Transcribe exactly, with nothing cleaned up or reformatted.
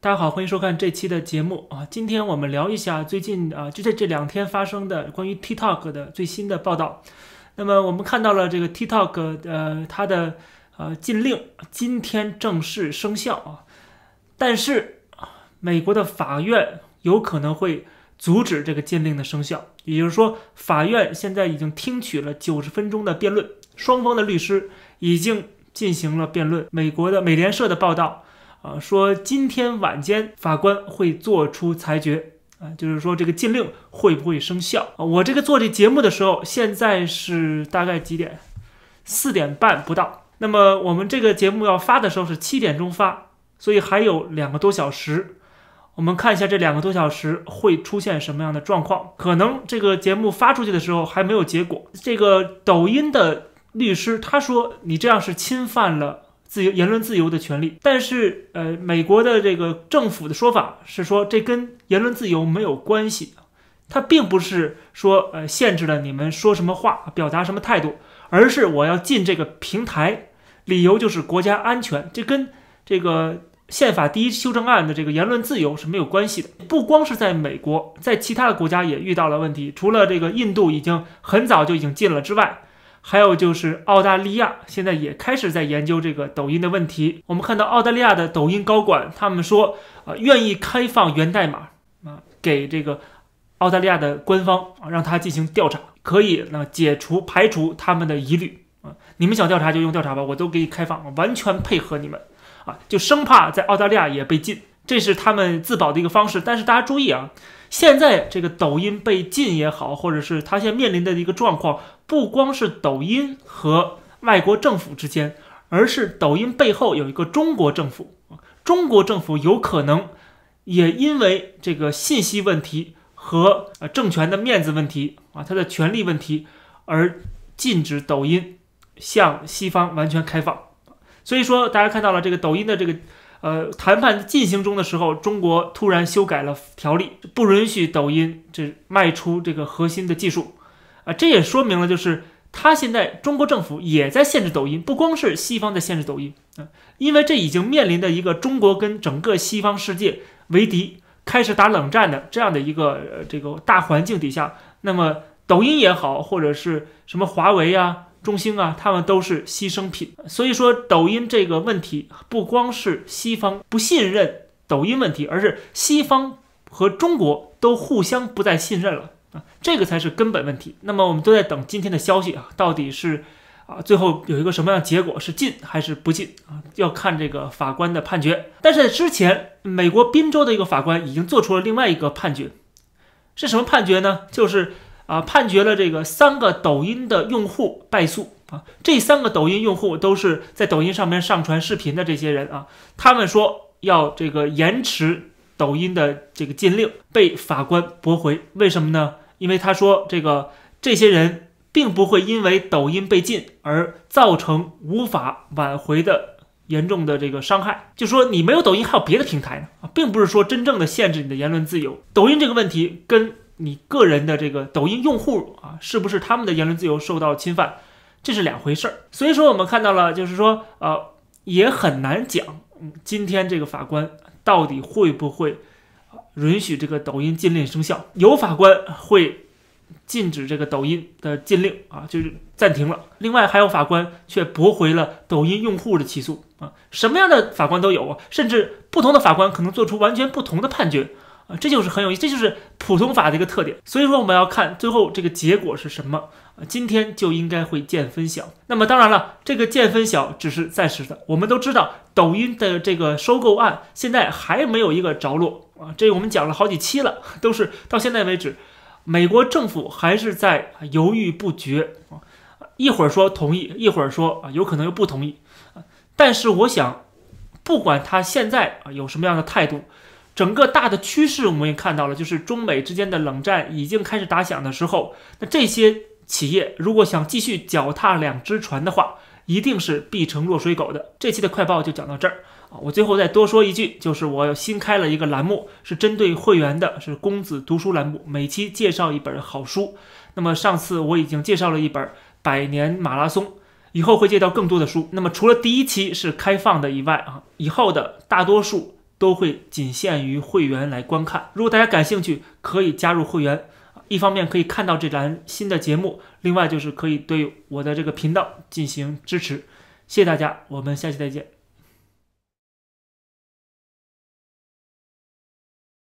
大家好，欢迎收看这期的节目啊。今天我们聊一下最近啊，就在这两天发生的关于 TikTok 的最新的报道。那么我们看到了这个 TikTok 呃它的呃禁令今天正式生效啊，但是美国的法院有可能会阻止这个禁令的生效，也就是说，法院现在已经听取了九十分钟的辩论，双方的律师已经进行了辩论。美国的美联社的报道。啊，说今天晚间法官会做出裁决啊，就是说这个禁令会不会生效啊？我这个做这节目的时候，现在是大概几点？四点半不到。那么我们这个节目要发的时候是七点钟发，所以还有两个多小时。我们看一下这两个多小时会出现什么样的状况？可能这个节目发出去的时候还没有结果。这个抖音的律师他说，你这样是侵犯了自由言论自由的权利，但是呃，美国的这个政府的说法是说，这跟言论自由没有关系，它并不是说呃限制了你们说什么话、表达什么态度，而是我要进这个平台，理由就是国家安全，这跟这个宪法第一修正案的这个言论自由是没有关系的。不光是在美国，在其他的国家也遇到了问题，除了这个印度已经很早就已经禁了之外。还有就是澳大利亚现在也开始在研究这个抖音的问题。我们看到澳大利亚的抖音高管，他们说啊、呃，愿意开放源代码啊给这个澳大利亚的官方啊，让他进行调查，可以呢解除排除他们的疑虑啊。你们想调查就用调查吧，我都给你开放，完全配合你们啊，就生怕在澳大利亚也被禁，这是他们自保的一个方式。但是大家注意啊。现在这个抖音被禁也好，或者是它现在面临的一个状况，不光是抖音和外国政府之间，而是抖音背后有一个中国政府。中国政府有可能也因为这个信息问题和呃政权的面子问题啊，它的权力问题而禁止抖音向西方完全开放。所以说，大家看到了这个抖音的这个。呃，谈判进行中的时候，中国突然修改了条例，不允许抖音这卖出这个核心的技术，啊、呃，这也说明了就是他现在中国政府也在限制抖音，不光是西方在限制抖音啊、呃，因为这已经面临的一个中国跟整个西方世界为敌，开始打冷战的这样的一个、呃、这个大环境底下，那么抖音也好，或者是什么华为啊。中兴啊，他们都是牺牲品，所以说抖音这个问题不光是西方不信任抖音问题，而是西方和中国都互相不再信任了啊，这个才是根本问题。那么我们都在等今天的消息啊，到底是啊最后有一个什么样的结果，是禁还是不禁啊？要看这个法官的判决。但是之前美国宾州的一个法官已经做出了另外一个判决，是什么判决呢？就是。啊，判决了这个三个抖音的用户败诉啊！这三个抖音用户都是在抖音上面上传视频的这些人啊，他们说要这个延迟抖音的这个禁令，被法官驳回。为什么呢？因为他说这个这些人并不会因为抖音被禁而造成无法挽回的严重的这个伤害，就说你没有抖音还有别的平台呢啊，并不是说真正的限制你的言论自由。抖音这个问题跟你个人的这个抖音用户啊，是不是他们的言论自由受到侵犯，这是两回事儿。所以说我们看到了，就是说呃，也很难讲，嗯，今天这个法官到底会不会允许这个抖音禁令生效？有法官会禁止这个抖音的禁令啊，就是暂停了。另外还有法官却驳回了抖音用户的起诉啊，什么样的法官都有啊，甚至不同的法官可能做出完全不同的判决。啊，这就是很有意思，这就是普通法的一个特点。所以说我们要看最后这个结果是什么啊，今天就应该会见分晓。那么当然了，这个见分晓只是暂时的。我们都知道，抖音的这个收购案现在还没有一个着落啊，这我们讲了好几期了，都是到现在为止，美国政府还是在犹豫不决啊，一会儿说同意，一会儿说啊有可能又不同意啊。但是我想，不管他现在啊有什么样的态度。整个大的趋势我们也看到了，就是中美之间的冷战已经开始打响的时候，那这些企业如果想继续脚踏两只船的话，一定是必成落水狗的。这期的快报就讲到这儿啊，我最后再多说一句，就是我新开了一个栏目，是针对会员的，是公子读书栏目，每期介绍一本好书。那么上次我已经介绍了一本《百年马拉松》，以后会介绍更多的书。那么除了第一期是开放的以外啊，以后的大多数都会仅限于会员来观看。如果大家感兴趣，可以加入会员，一方面可以看到这栏新的节目，另外就是可以对我的这个频道进行支持。谢谢大家，我们下期再见。